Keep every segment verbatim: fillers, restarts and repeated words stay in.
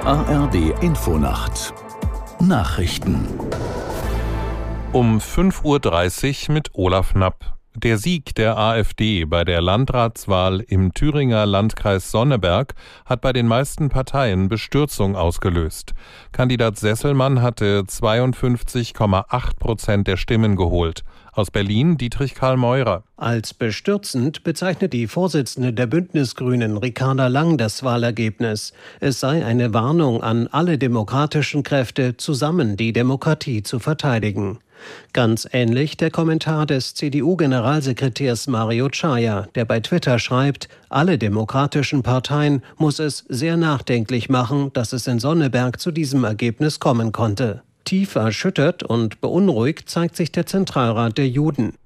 A R D-Infonacht Nachrichten um fünf Uhr dreißig mit Olaf Knapp. Der Sieg der AfD bei der Landratswahl im Thüringer Landkreis Sonneberg hat bei den meisten Parteien Bestürzung ausgelöst. Kandidat Sesselmann hatte zweiundfünfzig Komma acht Prozent der Stimmen geholt. Aus Berlin Dietrich Karl Meurer. Als bestürzend bezeichnet die Vorsitzende der Bündnisgrünen, Ricarda Lang, das Wahlergebnis. Es sei eine Warnung an alle demokratischen Kräfte, zusammen die Demokratie zu verteidigen. Ganz ähnlich der Kommentar des C D U-Generalsekretärs Mario Chaya, der bei Twitter schreibt, alle demokratischen Parteien muss es sehr nachdenklich machen, dass es in Sonneberg zu diesem Ergebnis kommen konnte. Tief erschüttert und beunruhigt zeigt sich der Zentralrat der Juden.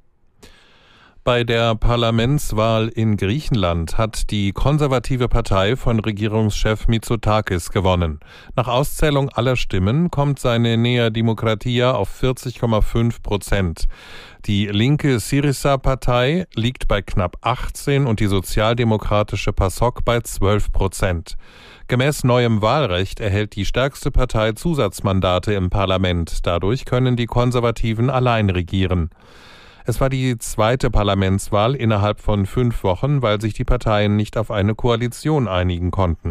Bei der Parlamentswahl in Griechenland hat die konservative Partei von Regierungschef Mitsotakis gewonnen. Nach Auszählung aller Stimmen kommt seine Nea Dimokratia auf vierzig Komma fünf Prozent. Die linke Syriza-Partei liegt bei knapp achtzehn und die sozialdemokratische PASOK bei zwölf Prozent. Gemäß neuem Wahlrecht erhält die stärkste Partei Zusatzmandate im Parlament. Dadurch können die Konservativen allein regieren. Es war die zweite Parlamentswahl innerhalb von fünf Wochen, weil sich die Parteien nicht auf eine Koalition einigen konnten.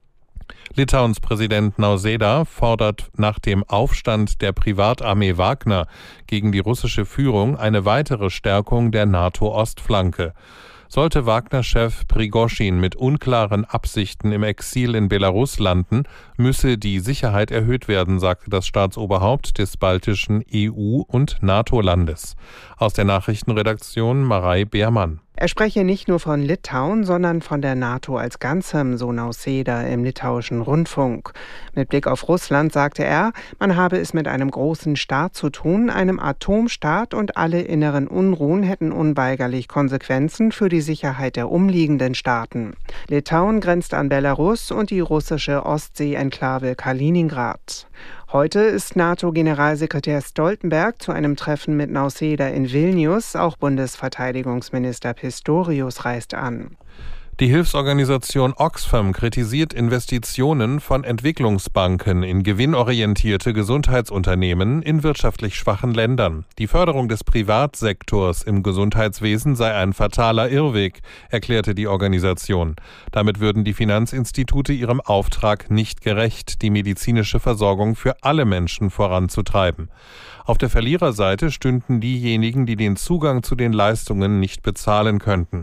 Litauens Präsident Nausėda fordert nach dem Aufstand der Privatarmee Wagner gegen die russische Führung eine weitere Stärkung der NATO-Ostflanke. Sollte Wagner-Chef Prigoschin mit unklaren Absichten im Exil in Belarus landen, müsse die Sicherheit erhöht werden, sagte das Staatsoberhaupt des baltischen E U- und NATO-Landes. Aus der Nachrichtenredaktion Marei Beermann. Er spreche nicht nur von Litauen, sondern von der NATO als Ganzem, so Nausėda im litauischen Rundfunk. Mit Blick auf Russland sagte er, man habe es mit einem großen Staat zu tun, einem Atomstaat, und alle inneren Unruhen hätten unweigerlich Konsequenzen für die Sicherheit der umliegenden Staaten. Litauen grenzt an Belarus und die russische Ostsee-Enklave Kaliningrad. Heute ist NATO-Generalsekretär Stoltenberg zu einem Treffen mit Nausėda in Vilnius. Auch Bundesverteidigungsminister Pistorius reist an. Die Hilfsorganisation Oxfam kritisiert Investitionen von Entwicklungsbanken in gewinnorientierte Gesundheitsunternehmen in wirtschaftlich schwachen Ländern. Die Förderung des Privatsektors im Gesundheitswesen sei ein fataler Irrweg, erklärte die Organisation. Damit würden die Finanzinstitute ihrem Auftrag nicht gerecht, die medizinische Versorgung für alle Menschen voranzutreiben. Auf der Verliererseite stünden diejenigen, die den Zugang zu den Leistungen nicht bezahlen könnten.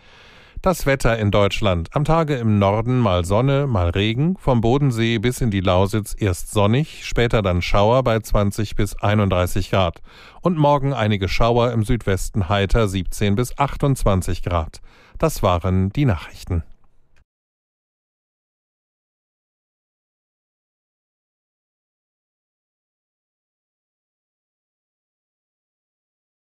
Das Wetter in Deutschland. Am Tage im Norden mal Sonne, mal Regen. Vom Bodensee bis in die Lausitz erst sonnig, später dann Schauer bei zwanzig bis einunddreißig Grad. Und morgen einige Schauer, im Südwesten heiter siebzehn bis achtundzwanzig Grad. Das waren die Nachrichten.